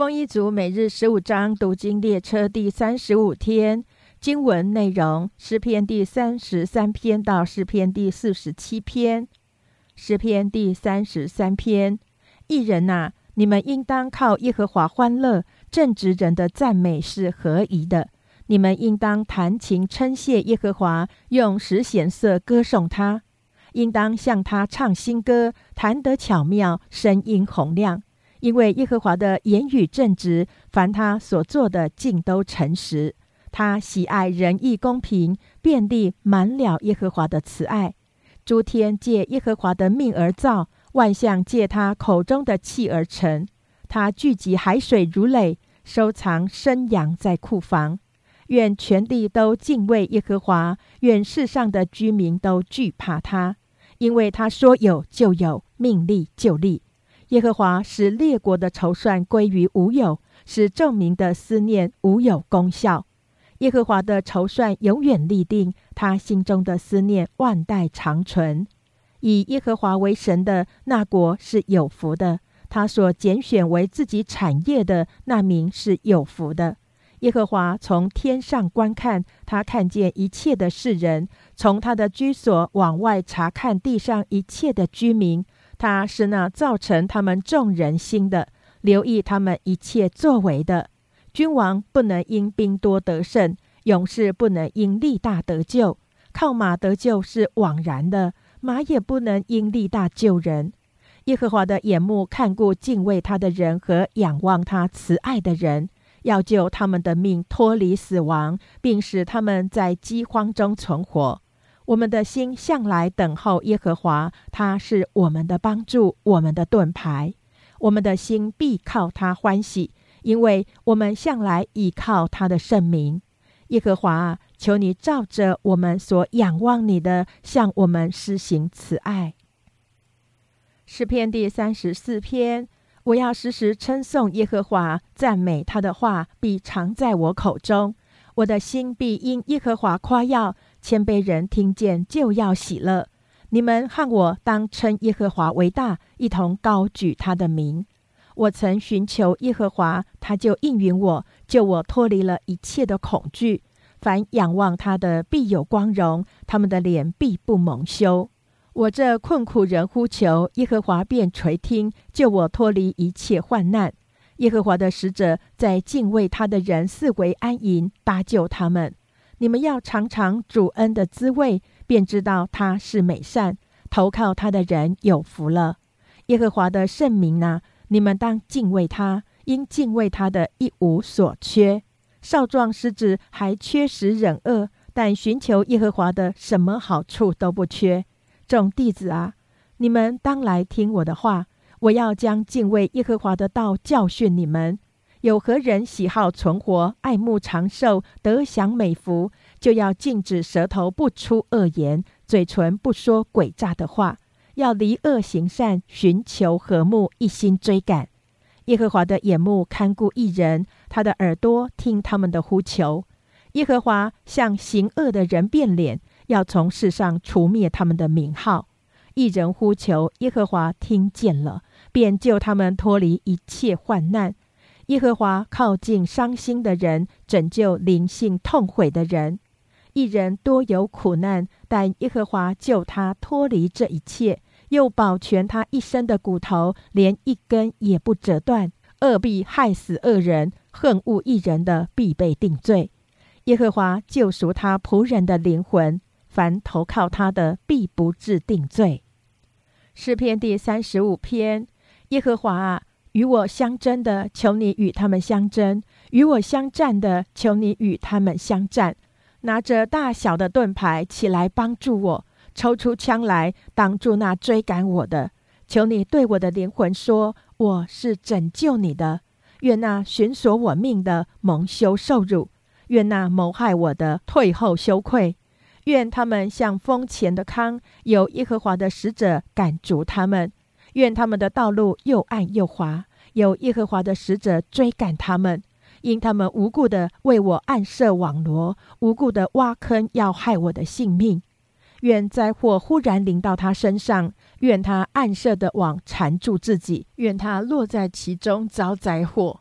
丰一族每日15章读经列车第35天，经文内容：诗篇第33篇到诗篇第47篇。诗篇第33篇，义人啊，你们应当靠耶和华欢乐，正直人的赞美是合宜的。你们应当弹琴称谢耶和华，用十弦瑟歌颂他，应当向他唱新歌，弹得巧妙，声音洪亮。因为耶和华的言语正直，凡他所做的尽都诚实。他喜爱仁义公平，遍地满了耶和华的慈爱。诸天借耶和华的命而造，万象借他口中的气而成。他聚集海水如垒，收藏生羊在库房。愿全地都敬畏耶和华，愿世上的居民都惧怕他。因为他说有就有，命立就立。耶和华使列国的筹算归于无有，使众民的思念无有功效。耶和华的筹算永远立定，他心中的思念万代长存。以耶和华为神的那国是有福的，他所拣选为自己产业的那民是有福的。耶和华从天上观看，他看见一切的世人，从他的居所往外查看地上一切的居民。他是那造成他们众人心的，留意他们一切作为的。君王不能因兵多得胜，勇士不能因力大得救。靠马得救是枉然的，马也不能因力大救人。耶和华的眼目看顾敬畏他的人和仰望他慈爱的人，要救他们的命脱离死亡，并使他们在饥荒中存活。我们的心向来等候耶和华，他是我们的帮助，我们的盾牌。我们的心必靠他欢喜，因为我们向来倚靠他的圣名。耶和华啊，求你照着我们所仰望你的，向我们施行慈爱。诗篇第34篇，我要时时称颂耶和华，赞美他的话必常在我口中。我的心必因耶和华夸耀，谦卑人听见就要喜乐。你们和我当称耶和华为大，一同高举他的名。我曾寻求耶和华，他就应允我，救我脱离了一切的恐惧。凡仰望他的必有光荣，他们的脸必不蒙羞。我这困苦人呼求，耶和华便垂听，救我脱离一切患难。耶和华的使者在敬畏他的人四围安营，搭救他们。你们要尝尝主恩的滋味，便知道他是美善，投靠他的人有福了。耶和华的圣名啊，你们当敬畏他，因敬畏他的一无所缺。少壮狮子还缺食忍饿，但寻求耶和华的什么好处都不缺。众弟子啊，你们当来听我的话，我要将敬畏耶和华的道教训你们。有何人喜好存活，爱慕长寿，得享美福，就要禁止舌头不出恶言，嘴唇不说诡诈的话，要离恶行善，寻求和睦，一心追赶。耶和华的眼目看顾义人，他的耳朵听他们的呼求。耶和华向行恶的人变脸，要从世上除灭他们的名号。义人呼求，耶和华听见了，便救他们脱离一切患难。耶和华靠近伤心的人，拯救灵性痛悔的人。义人多有苦难，但耶和华救他脱离这一切，又保全他一生的骨头，连一根也不折断。恶必害死恶人，恨恶义人的必被定罪。耶和华救赎他仆人的灵魂，凡投靠他的必不致定罪。诗篇第35篇，耶和华啊，与我相争的，求你与他们相争；与我相战的，求你与他们相战。拿着大小的盾牌起来帮助我，抽出枪来挡住那追赶我的。求你对我的灵魂说，我是拯救你的。愿那寻索我命的蒙羞受辱，愿那谋害我的退后羞愧。愿他们像风前的糠，有耶和华的使者赶逐他们。愿他们的道路又暗又滑，有耶和华的使者追赶他们。因他们无故的为我暗设网罗，无故的挖坑要害我的性命。愿灾祸忽然临到他身上，愿他暗设的网缠住自己，愿他落在其中遭灾祸。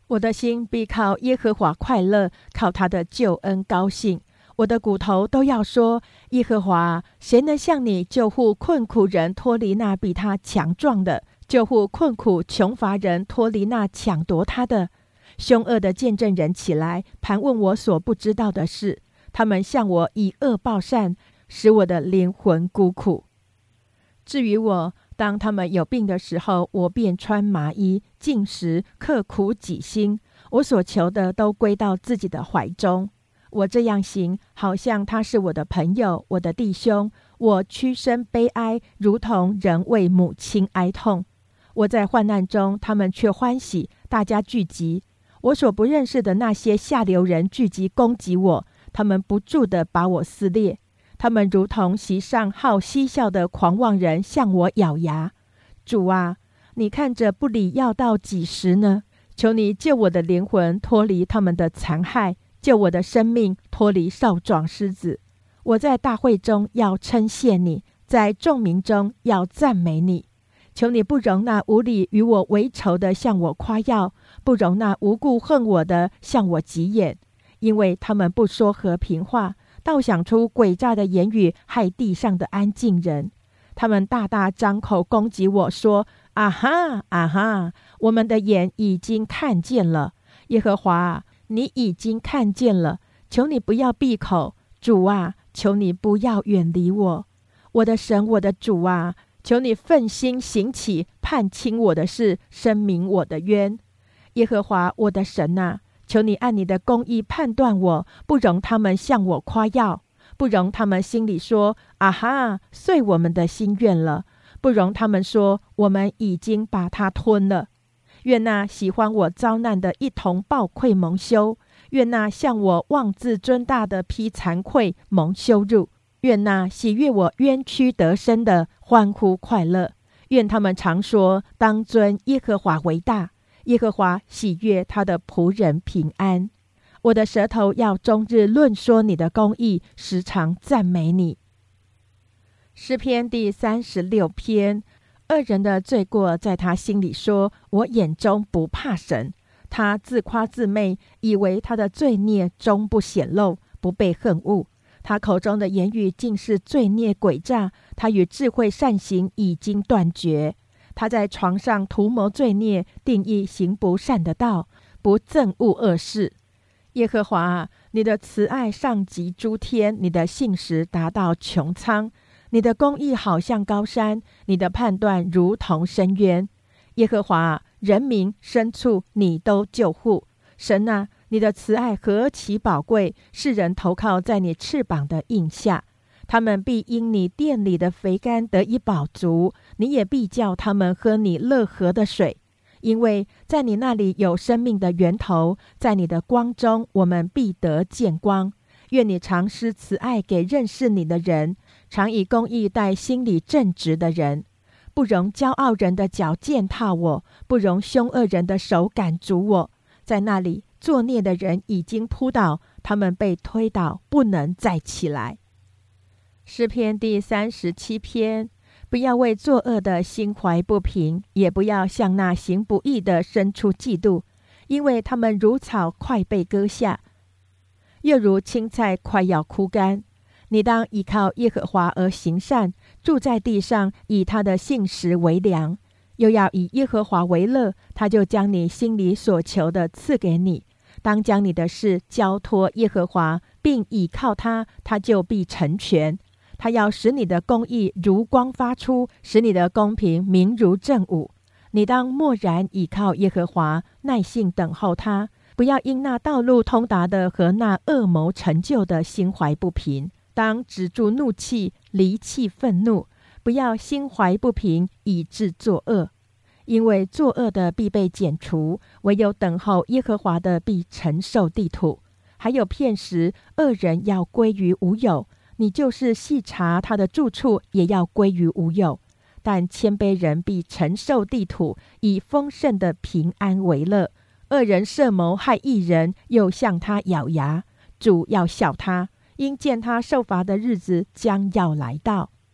我的心必靠耶和华快乐，靠他的救恩高兴。我的骨头都要说，耶和华，谁能像你救护困苦人脱离那比他强壮的，救护困苦穷乏人脱离那抢夺他的？凶恶的见证人起来，盘问我所不知道的事，他们向我以恶报善，使我的灵魂孤苦。至于我，当他们有病的时候，我便穿麻衣，禁食，刻苦己心。我所求的都归到自己的怀中。我这样行，好像他是我的朋友，我的弟兄。我屈身悲哀，如同人为母亲哀痛。我在患难中，他们却欢喜，大家聚集。我所不认识的那些下流人聚集攻击我，他们不住地把我撕裂。他们如同席上好嬉笑的狂妄人，向我咬牙。主啊，你看着不理要到几时呢？求你救我的灵魂脱离他们的残害，救我的生命脱离少壮狮子。我在大会中要称谢你，在众民中要赞美你。求你不容那无理与我为仇的向我夸耀，不容那无故恨我的向我急眼，因为他们不说和平话，倒想出诡诈的言语，害地上的安静人。他们大大张口攻击我说，啊哈啊哈，我们的眼已经看见了。耶和华，你已经看见了，求你不要闭口。主啊，求你不要远离我。我的神，我的主啊，求你奋心行起，判清我的事，申明我的冤。耶和华我的神啊，求你按你的公义判断我，不容他们向我夸耀，不容他们心里说，啊哈，遂我们的心愿了，不容他们说，我们已经把它吞了。愿那喜欢我遭难的一同抱愧蒙羞，愿那向我妄自尊大的披惭愧蒙羞辱，愿那喜悦我冤屈得生的欢呼快乐。愿他们常说，当尊耶和华为大，耶和华喜悦他的仆人平安。我的舌头要终日论说你的公义，时常赞美你。诗篇第36篇，恶人的罪过在他心里说，我眼中不怕神。他自夸自媚，以为他的罪孽终不显露，不被恨恶。他口中的言语尽是罪孽诡诈，他与智慧善行已经断绝。他在床上图谋罪孽，定义行不善的道，不憎恶恶事。耶和华啊，你的慈爱上及诸天，你的信实达到穹苍，你的公义好像高山，你的判断如同深渊。耶和华啊，人民牲畜你都救护。神啊，你的慈爱何其宝贵，世人投靠在你翅膀的印下。他们必因你殿里的肥甘得以饱足，你也必叫他们喝你乐河的水。因为在你那里有生命的源头，在你的光中我们必得见光。愿你常施慈爱给认识你的人，常以公义待心里正直的人。不容骄傲人的脚践踏我，不容凶恶人的手赶逐我。在那里作孽的人已经扑倒，他们被推倒，不能再起来。诗篇第37篇，不要为作恶的心怀不平，也不要向那行不义的生出嫉妒，因为他们如草快被割下，又如青菜快要枯干。你当依靠耶和华而行善，住在地上，以他的信实为粮。又要以耶和华为乐，他就将你心里所求的赐给你。当将你的事交托耶和华，并倚靠他，他就必成全。他要使你的公义如光发出，使你的公平明如正午。你当默然倚靠耶和华，耐性等候他，不要因那道路通达的和那恶谋成就的心怀不平。当止住怒气，离弃愤怒，不要心怀不平，以致作恶。因为作恶的必被剪除，唯有等候耶和华的必承受地土。还有片时，恶人要归于无有，你就是细查他的住处，也要归于无有。但谦卑人必承受地土，以丰盛的平安为乐。恶人设谋害义人，又向他咬牙，主要笑他，因见他受罚的日子将要来到。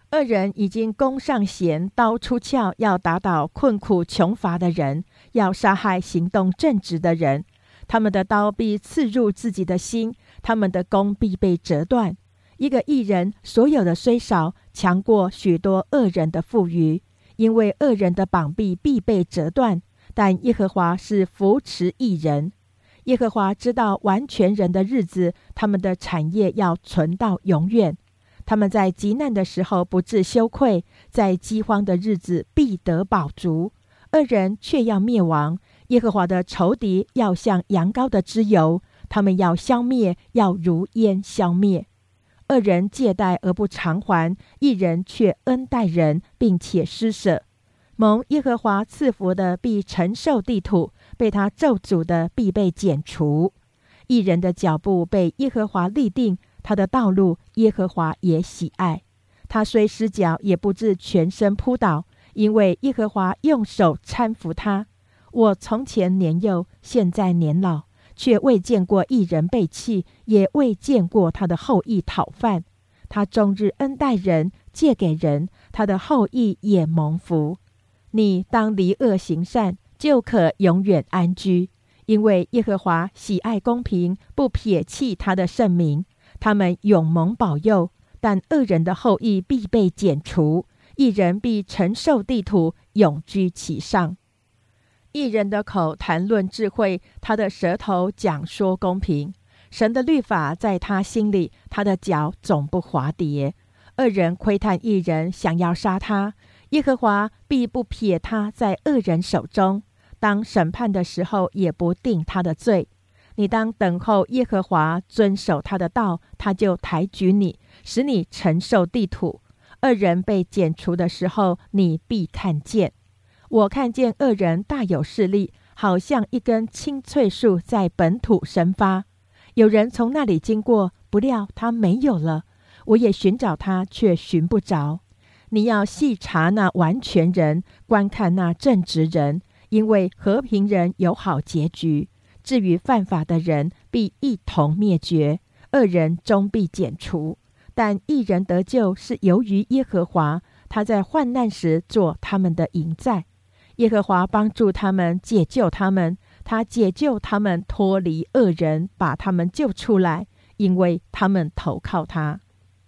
恶人已经弓上弦，刀出鞘，要打倒困苦穷乏的人，要杀害行动正直的人。他们的刀必刺入自己的心，他们的弓必被折断。一个义人所有的虽少，强过许多恶人的富余，因为恶人的膀臂必被折断，但耶和华是扶持义人。耶和华知道完全人的日子，他们的产业要存到永远。他们在极难的时候不致羞愧，在饥荒的日子必得饱足。恶人却要灭亡，耶和华的仇敌要像羊羔的脂油，他们要消灭，要如烟消灭。恶人借贷而不偿还，义人却恩待人，并且施舍。蒙耶和华赐福的必承受地土，被他咒诅的必被剪除。义人的脚步被耶和华立定，他的道路耶和华也喜爱。他虽失脚，也不致全身扑倒，因为耶和华用手搀扶他。我从前年幼，现在年老，却未见过义人背弃，也未见过他的后裔讨饭。他终日恩待人，借给人，他的后裔也蒙福。你当离恶行善，就可永远安居，因为耶和华喜爱公平，不撇弃他的圣名。他们永蒙保佑，但恶人的后裔必被剪除，义人必承受地土，永居其上。义人的口谈论智慧，他的舌头讲说公平。神的律法在他心里，他的脚总不滑跌。恶人窥探义人，想要杀他，耶和华必不撇他在恶人手中，当审判的时候也不定他的罪。你当等候耶和华，遵守他的道，他就抬举你，使你承受地土。恶人被剪除的时候，你必看见。我看见恶人大有势力，好像一根青翠树在本土生发。有人从那里经过，不料他没有了。我也寻找他，却寻不着。你要细查那完全人，观看那正直人，因为和平人有好结局。至于犯法的人，必一同灭绝，恶人终必剪除。但义人得救是由于耶和华，他在患难时做他们的营寨。耶和华帮助他们，解救他们，他解救他们脱离恶人，把他们救出来，因为他们投靠他。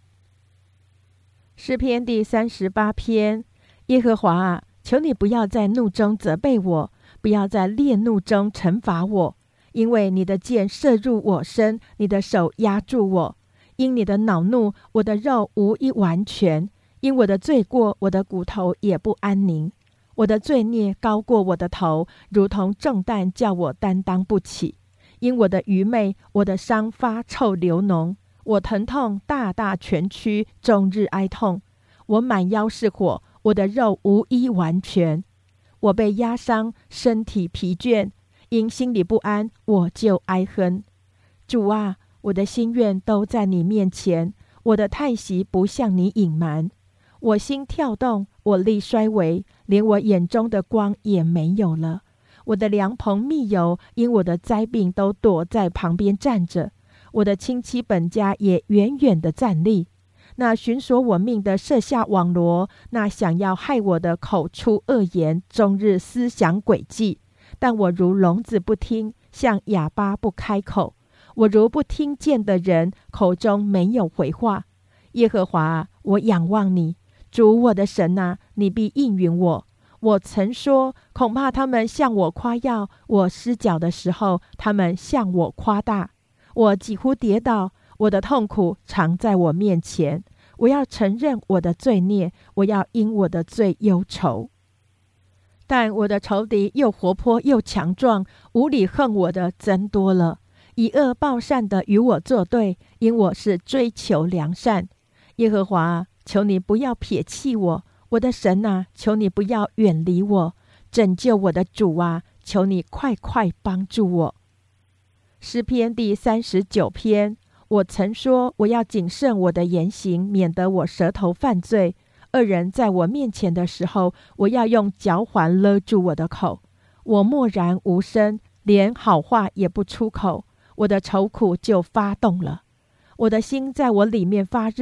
诗篇第38篇。耶和华啊，求你不要在怒中责备我，不要在烈怒中惩罚我，因为你的箭射入我身，你的手压住我。因你的恼怒，我的肉无一完全，因我的罪过，我的骨头也不安宁。我的罪孽高过我的头，如同重担，叫我担当不起。因我的愚昧，我的伤发臭流脓，我疼痛大大蜷曲，终日哀痛。我满腰是火，我的肉无一完全。我被压伤，身体疲倦，因心里不安，我就哀哼。主啊，我的心愿都在你面前，我的叹息不向你隐瞒。我心跳动，我力衰微，连我眼中的光也没有了。我的良朋密友因我的灾病都躲在旁边站着，我的亲戚本家也远远地站立。那寻索我命的设下网罗，那想要害我的口出恶言，终日思想诡计。但我如聋子不听，像哑巴不开口。我如不听见的人，口中没有回话。耶和华啊，我仰望你，主我的神啊，你必应允我。我曾说，恐怕他们向我夸耀，我失脚的时候，他们向我夸大。我几乎跌倒，我的痛苦常在我面前。我要承认我的罪孽，我要因我的罪忧愁。但我的仇敌又活泼又强壮，无理恨我的增多了，以恶报善的与我作对，因我是追求良善。耶和华啊，求你不要撇弃我，我的神啊，求你不要远离我，拯救我的主啊，求你快快帮助我。诗篇第39篇。我曾说，我要谨慎我的言行，免得我舌头犯罪。恶人在我面前的时候，我要用嚼环勒住我的口。我默然无声，连好话也不出口，我的愁苦就发动了。我的心在我里面发热，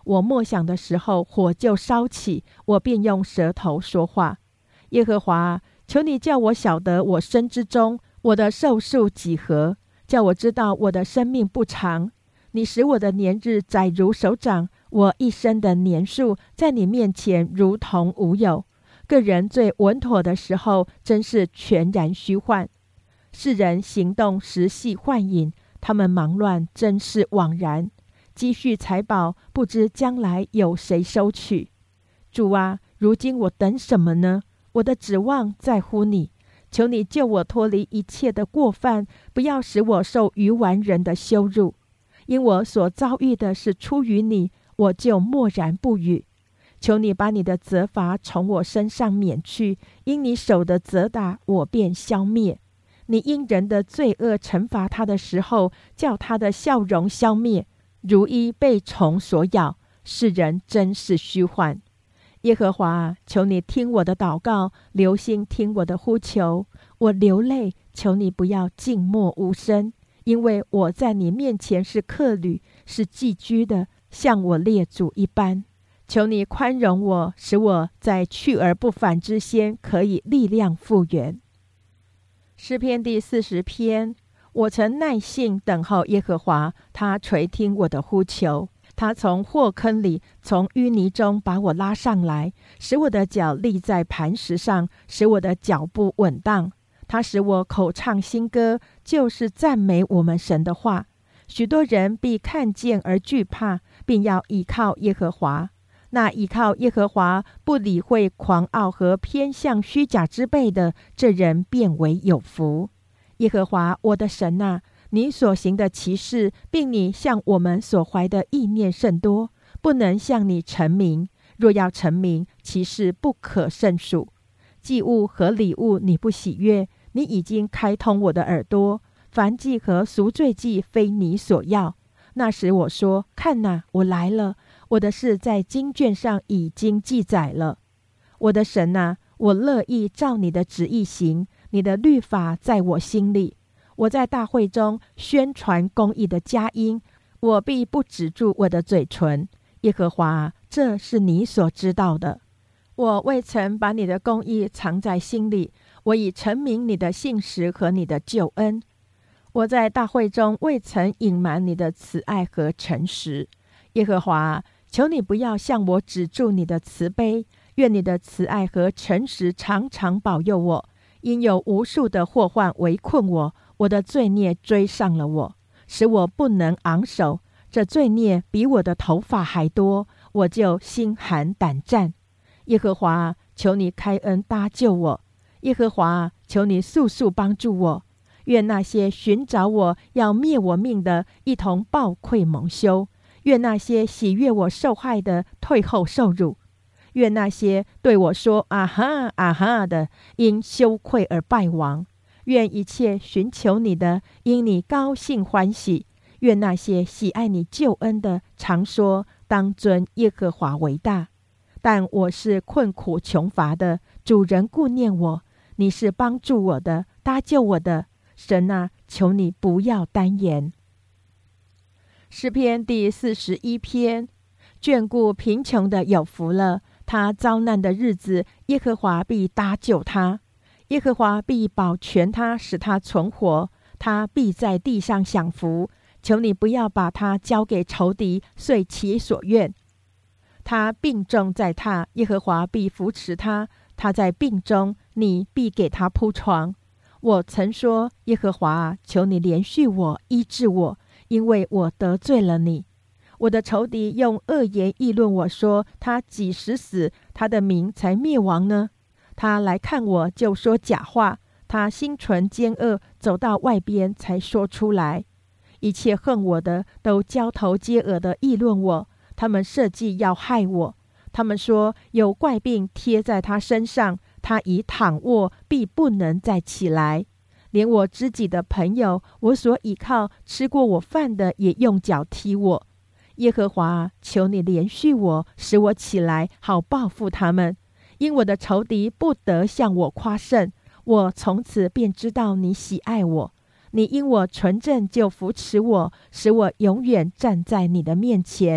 我默想的时候，火就烧起，我便用舌头说话。耶和华，求你叫我晓得我生之中，我的寿数几何，叫我知道我的生命不长。你使我的年日窄如手掌，我一生的年数在你面前如同无有。个人最稳妥的时候，真是全然虚幻。世人行动时系幻影，他们忙乱真是枉然。积蓄财宝，不知将来有谁收取。主啊，如今我等什么呢？我的指望在乎你，求你救我脱离一切的过犯，不要使我受愚顽人的羞辱。因我所遭遇的是出于你，我就默然不语。求你把你的责罚从我身上免去，因你手的责打，我便消灭。你因人的罪恶惩罚他的时候，叫他的笑容消灭，如一被虫所咬。世人真是虚幻。耶和华，求你听我的祷告，留心听我的呼求。我流泪，求你不要静默无声，因为我在你面前是客旅，是寄居的，像我列祖一般。求你宽容我，使我在去而不返之先可以力量复原。诗篇第40篇，我曾耐性等候耶和华，他垂听我的呼求。他从祸坑里，从淤泥中把我拉上来，使我的脚立在磐石上，使我的脚步稳当。他使我口唱新歌，就是赞美我们神的话。许多人必看见而惧怕，并要倚靠耶和华。那倚靠耶和华，不理会狂傲和偏向虚假之辈的，这人便为有福。耶和华我的神啊，你所行的奇事，并你向我们所怀的意念甚多，不能向你陈明。若要陈明，其事不可胜数。祭物和礼物你不喜悦，你已经开通我的耳朵。燔祭和赎罪祭非你所要。那时我说：看哪，我来了，我的事在经卷上已经记载了。我的神啊，我乐意照你的旨意行，你的律法在我心里。我在大会中宣传公义的佳音，我必不止住我的嘴唇。耶和华，这是你所知道的。我未曾把你的公义藏在心里，我已陈明你的信实和你的救恩。我在大会中未曾隐瞒你的慈爱和诚实。耶和华，求你不要向我止住你的慈悲，愿你的慈爱和诚实常常保佑我。因有无数的祸患围困我，我的罪孽追上了我，使我不能昂首。这罪孽比我的头发还多，我就心寒胆战。耶和华，求你开恩搭救我。耶和华，求你速速帮助我。愿那些寻找我要灭我命的，一同抱愧蒙羞；愿那些喜悦我受害的，退后受辱；愿那些对我说啊哈啊哈的，因羞愧而败亡；愿一切寻求你的，因你高兴欢喜；愿那些喜爱你救恩的，常说当尊耶和华为大。但我是困苦穷乏的，主人顾念我，你是帮助我的，搭救我的。神啊，求你不要单言。诗篇第41篇，眷顾贫穷的有福了，他遭难的日子，耶和华必搭救他。耶和华必保全他，使他存活，他必在地上享福。求你不要把他交给仇敌，遂其所愿。他病重在榻，耶和华必扶持他；他在病中，你必给他铺床。我曾说：耶和华，求你怜恤我，医治我，因为我得罪了你。我的仇敌用恶言议论我说：他几时死，他的名才灭亡呢？他来看我就说假话，他心存奸恶，走到外边才说出来。一切恨我的都交头接耳地议论我，他们设计要害我。他们说有怪病贴在他身上，他已躺卧，必不能再起来。连我知己的朋友，我所倚靠吃过我饭的，也用脚踢我。耶和华，求你怜恤我，使我起来，好报复他们。因我的仇敌不得向我夸胜，我从此便知道你喜爱我。你因我纯正就扶持我，使我永远站在你的面前。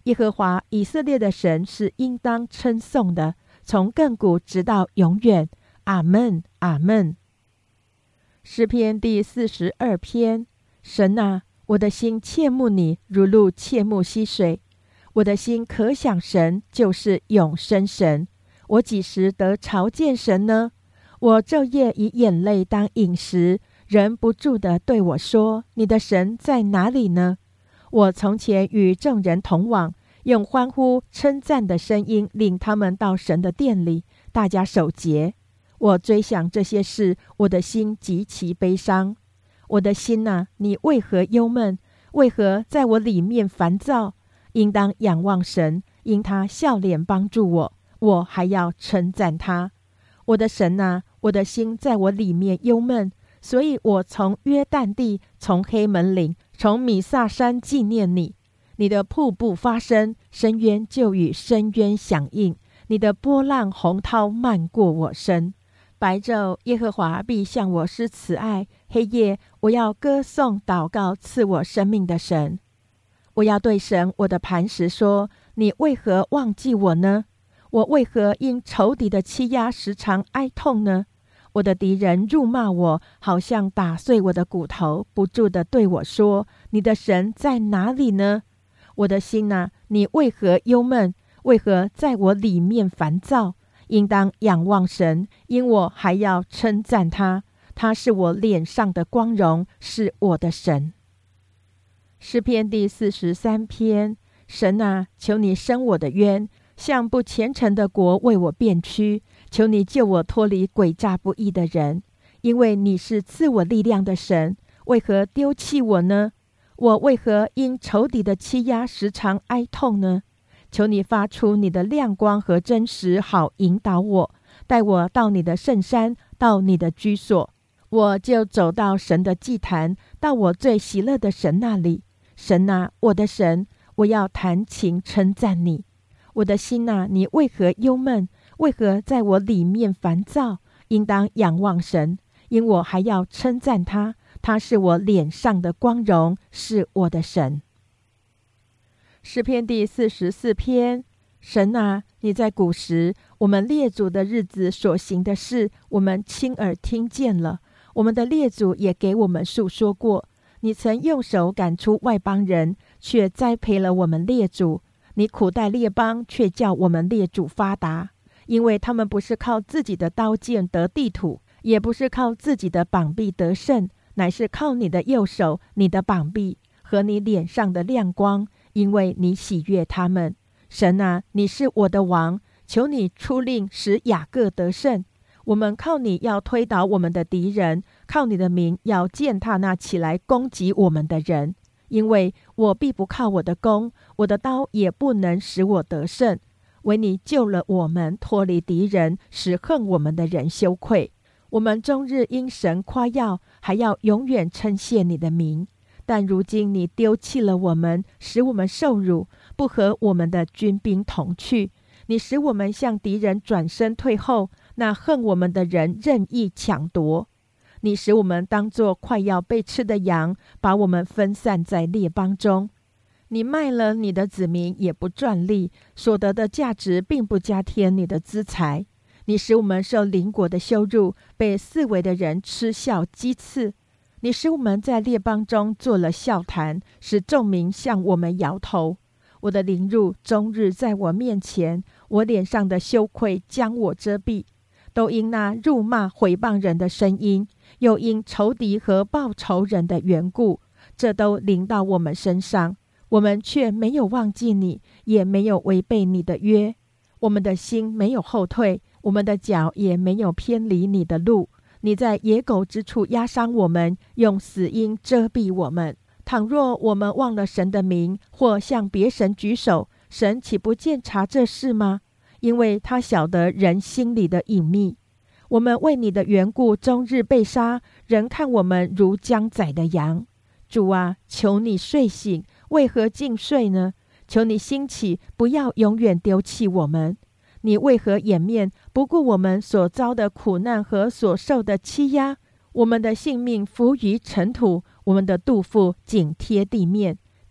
耶和华以色列的神是应当称颂的，从亘古直到永远。阿们，阿们。诗篇第42篇。神啊，我的心切慕你，如鹿切慕溪水。我的心可想神，就是永生神。我几时得朝见神呢？我昼夜以眼泪当饮食，人不住地对我说：你的神在哪里呢？我从前与众人同往，用欢呼称赞的声音领他们到神的殿里，大家守节。我追想这些事，我的心极其悲伤。我的心啊，你为何忧闷？为何在我里面烦躁？应当仰望神，因他笑脸帮助我，我还要称赞他。我的神啊，我的心在我里面忧闷，所以我从约旦地，从黑门岭，从米萨山纪念你。你的瀑布发声，深渊就与深渊响应，你的波浪洪涛漫过我身。白昼耶和华必向我施慈爱，黑夜我要歌颂祷告赐我生命的神。我要对神我的磐石说：你为何忘记我呢？我为何因仇敌的欺压时常哀痛呢？我的敌人辱骂我，好像打碎我的骨头，不住地对我说：你的神在哪里呢？我的心啊，你为何忧闷？为何在我里面烦躁？应当仰望神，因我还要称赞他。他是我脸上的光荣，是我的神。诗篇第43篇。神啊，求你伸我的冤，向不虔诚的国为我辩屈。求你救我脱离诡诈不义的人，因为你是赐我力量的神。为何丢弃我呢？我为何因仇敌的欺压时常哀痛呢？求你发出你的亮光和真实，好引导我，带我到你的圣山，到你的居所。我就走到神的祭坛，到我最喜乐的神那里。神啊，我的神，我要弹琴称赞你。我的心啊，你为何忧闷？为何在我里面烦躁？应当仰望神，因我还要称赞他。他是我脸上的光荣，是我的神。诗篇第44篇。神啊，你在古时我们列祖的日子所行的事，我们亲耳听见了。我们的列祖也给我们述说过。你曾用手赶出外邦人，却栽培了我们列祖。你苦待列邦，却叫我们列祖发达。因为他们不是靠自己的刀剑得地土，也不是靠自己的膀臂得胜，乃是靠你的右手，你的膀臂和你脸上的亮光，因为你喜悦他们。神啊，你是我的王，求你出令使雅各得胜。我们靠你要推倒我们的敌人，靠你的名要践踏那起来攻击我们的人。因为我必不靠我的弓，我的刀也不能使我得胜。唯你救了我们，脱离敌人，使恨我们的人羞愧。我们终日因神夸耀，还要永远称谢你的名。但如今你丢弃了我们，使我们受辱，不和我们的军兵同去。你使我们向敌人转身退后，那恨我们的人任意抢夺。你使我们当作快要被吃的羊，把我们分散在列邦中。你卖了你的子民，也不赚利，所得的价值并不加添你的资财。你使我们受邻国的羞辱，被四围的人嗤笑讥刺。你使我们在列邦中做了笑谈，使众民向我们摇头。我的凌辱终日在我面前，我脸上的羞愧将我遮蔽。都因那辱骂毁谤人的声音，又因仇敌和报仇人的缘故，这都临到我们身上。我们却没有忘记你，也没有违背你的约。我们的心没有后退，我们的脚也没有偏离你的路。你在野狗之处压伤我们，用死荫遮蔽我们。倘若我们忘了神的名，或向别神举手，神岂不鉴察这事吗？因为他晓得人心里的隐秘。我们为你的缘故终日被杀，人看我们如将宰的羊。主啊，求你睡醒，为何尽睡呢？求你兴起，不要永远丢弃我们。你为何掩面，不顾我们所遭的苦难和所受的欺压？我们的性命伏于尘土，我们的肚腹紧贴地面。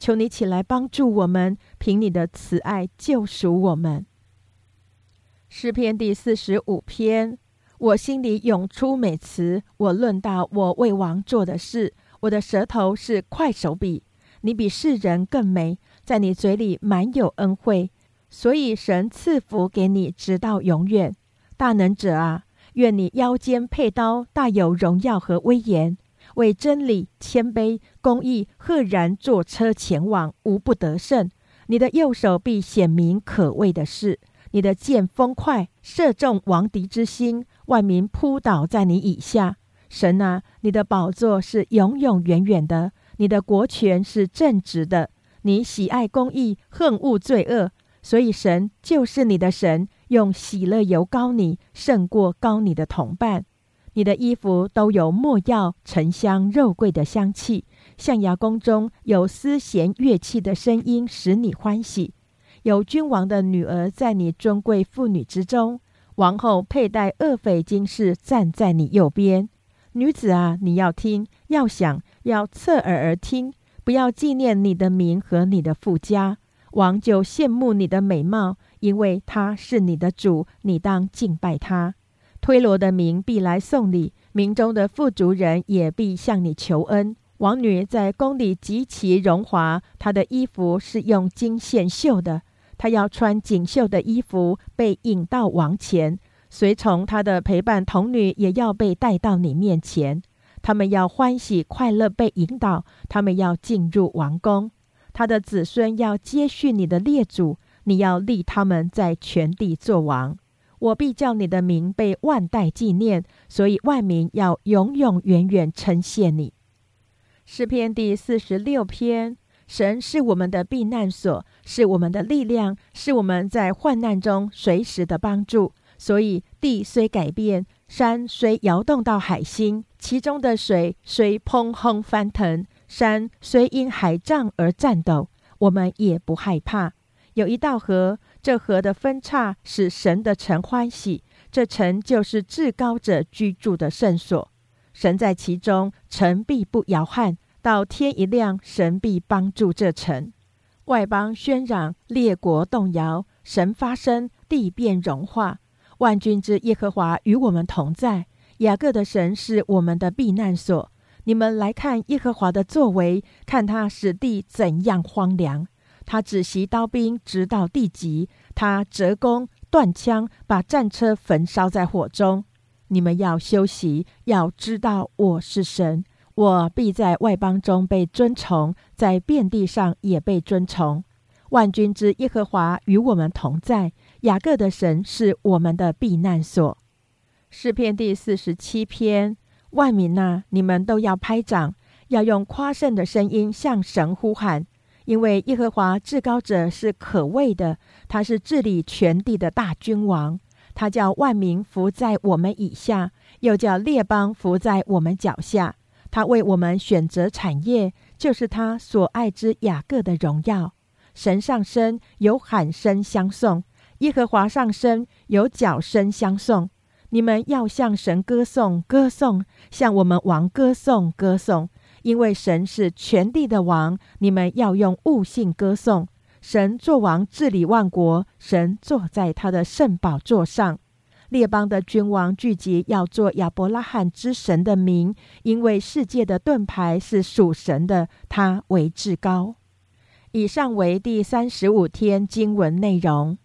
求你起来帮助我们，凭你的慈爱救赎我们。诗篇第45篇，我心里涌出美词，我论到我为王做的事，我的舌头是快手笔。你比世人更美，在你嘴里满有恩惠，所以神赐福给你直到永远。大能者啊，愿你腰间佩刀，大有荣耀和威严，为真理、谦卑、公义赫然坐车前往，无不得胜。你的右手必显明可畏的事，你的箭锋快，射中王敌之心，万民扑倒在你以下。神啊，你的宝座是永永远远的，你的国权是正直的，你喜爱公义，恨恶罪恶，所以神就是你的神，用喜乐油膏你，胜过膏你的同伴。你的衣服都有没药、沉香、肉桂的香气，象牙宫中有丝弦乐器的声音，使你欢喜。有君王的女儿在你尊贵妇女之中，王后佩戴厄斐金饰，站在你右边。女子啊，你要听，要想，要侧耳而听，不要纪念你的名和你的父家。王就羡慕你的美貌，因为他是你的主，你当敬拜他。推罗的民必来送礼，民中的富足人也必向你求恩。王女在宫里极其荣华，她的衣服是用金线绣的，她要穿锦绣的衣服，被引到王前。随从她的陪伴童女也要被带到你面前，他们要欢喜快乐被引导，他们要进入王宫。他的子孙要接续你的列祖，你要立他们在全地作王。我必叫你的名被万代纪念，所以万民要永永远远称谢你。诗篇第46篇，神是我们的避难所，是我们的力量，是我们在患难中随时的帮助。所以地虽改变，山虽摇动到海心，其中的水虽砰轰翻腾，山虽因海涨而颤抖，我们也不害怕。有一道河，这河的分叉使神的城欢喜，这城就是至高者居住的圣所。神在其中，城必不摇撼，到天一亮，神必帮助这城。外邦喧嚷，列国动摇，神发声，地变融化。万军之耶和华与我们同在，雅各的神是我们的避难所。你们来看耶和华的作为，看他使地怎样荒凉。他止息刀兵，直到地极；他折弓断枪，把战车焚烧在火中。你们要休息，要知道我是神，我必在外邦中被尊崇，在遍地上也被尊崇。万军之耶和华与我们同在，雅各的神是我们的避难所。诗篇第47篇，万民啊，你们都要拍掌，要用夸胜的声音向神呼喊。因为耶和华至高者是可畏的，他是治理全地的大君王。他叫万民服在我们以下，又叫列邦服在我们脚下。他为我们选择产业，就是他所爱之雅各的荣耀。神上升，有喊声相送；耶和华上升，有角声相送。你们要向神歌颂，歌颂，向我们王歌颂，歌颂。因为神是全地的王，你们要用悟性歌颂。神作王治理万国，神坐在他的圣宝座上。列邦的君王聚集，要做亚伯拉罕之神的名，因为世界的盾牌是属神的，他为至高。以上为第35天经文内容。